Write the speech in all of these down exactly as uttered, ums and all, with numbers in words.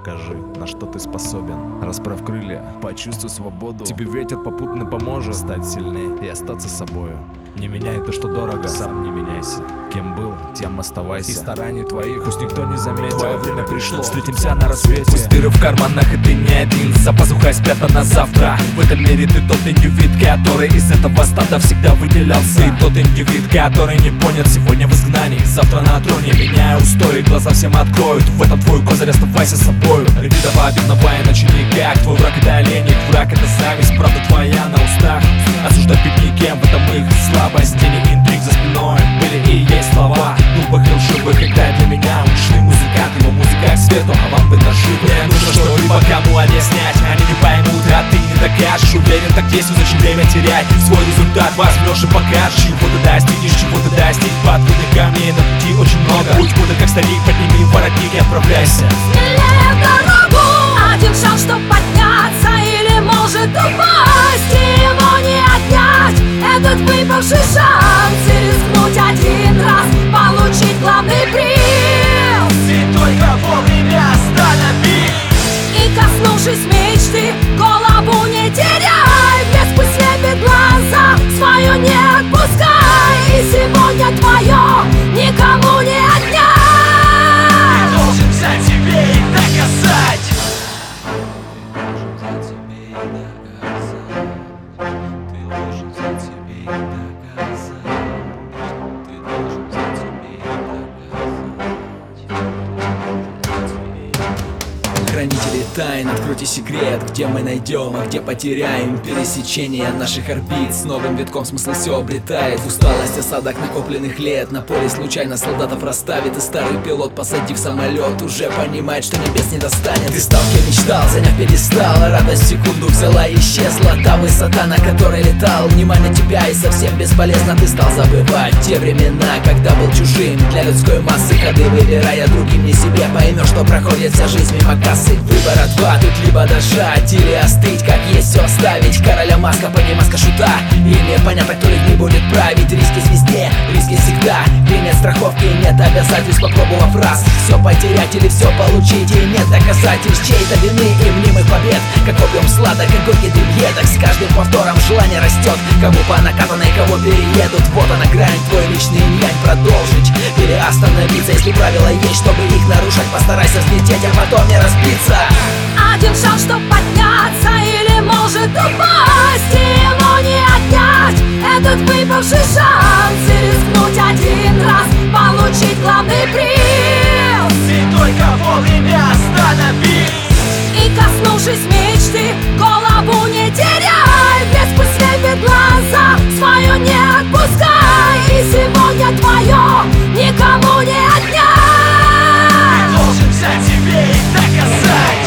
покажи, на что ты способен. Расправь крылья, почувствуй свободу. Тебе ветер попутно поможет стать сильнее и остаться собою. Не меняй то, что дорого, сам не меняйся. Кем был, тем оставайся. И стараний твоих пусть никто не заметил. Твое время пришло, встретимся на рассвете. Пусть дыры в карманах и ты не один. За пазухой спрятана завтра. В этом мире ты тот индивид, который из этого стада всегда выделялся. И тот индивид, который не понят сегодня в изгнании, завтра на троне. Меняя устои, глаза всем откроют. В этом твой козырь, оставайся собою. Ревидова обидного иначе никак. Твой враг это олень, враг это зависть. Правда твоя на устах. Осуждать быть никем, в этом их слабость. Тени интриг за спиной были и есть слова глупых и лживых. Играет для меня уличный музыкант. Его музыка к свету, а вам быть наживы. Мне нужно что-либо кому объяснять. Они не поймут, а ты не докажешь. Уверен, так действуй, зачем время терять. Свой результат возьмешь и покажешь. Чего ты достигнешь, чего ты достиг. Подводных камней на пути очень много. Будь мудр, как старик, подними воротник и отправляйся. Смелее в дорогу. Один шанс, чтоб подняться, или может упасть, и его не отнять. Этот выпавший шанс, и рискнуть один раз, получить главный приз. И только вовремя остановись. И коснувшись мечты, голову не теряй. Блеск пусть слепит глаза, свое не отпускай. И сегодня твое никому не отнять. Ты должен взять себе и доказать. Хранители тайн, откройте секрет, где мы найдем, а где потеряем. Пересечение наших орбит с новым витком смысл все обретает. Усталость осадок накопленных лет на поле случайно солдатов расставит. И старый пилот, посадив самолет, уже понимает, что небес не достанет. Ты стал кем мечтал, заняв пьедестал, радость секунду взяла и исчезла. Та высота, на которой летал, внимание тебя, и совсем бесполезно ты стал забывать те времена, когда был чужим для людской массы. Ходы выбирая другим, не себе, поймешь, что проходит вся жизнь мимо кассы. Выбора два, тут либо дожать или остыть, как есть все оставить. Короля маска, под ней маска шута. Или понятно, кто людьми будет править. Риски везде, риски всегда. И нет страховки, нет обязательств, попробовав раз все потерять или все получить. И нет доказательств чьей-то вины и мнимых побед. Как опиум сладок, как горький дым едок. С каждым повтором желание растет. Кому по накатанной, кого переедут. Вот она грань, твой личный инь-янь. Продолжить или остановиться. Если правила есть, чтобы их нарушать, постарайся взлететь, а потом не разбиться. Один шанс, чтоб подняться, или может упасть, и его не отнять. Этот выпавший шанс, и рискнуть один раз, получить главный приз. И только вовремя остановись. И коснувшись мечты, голову не теряй. Блеск пусть слепит глаза, свое не отпускай. И сегодня твое никому не отнять. Ты должен взять себе и доказать.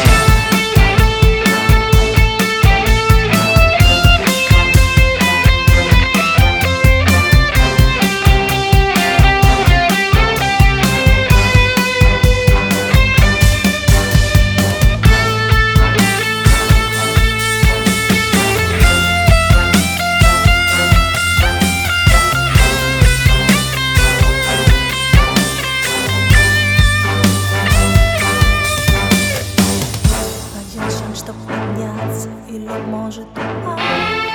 Один шанс, чтоб подняться, или может упасть.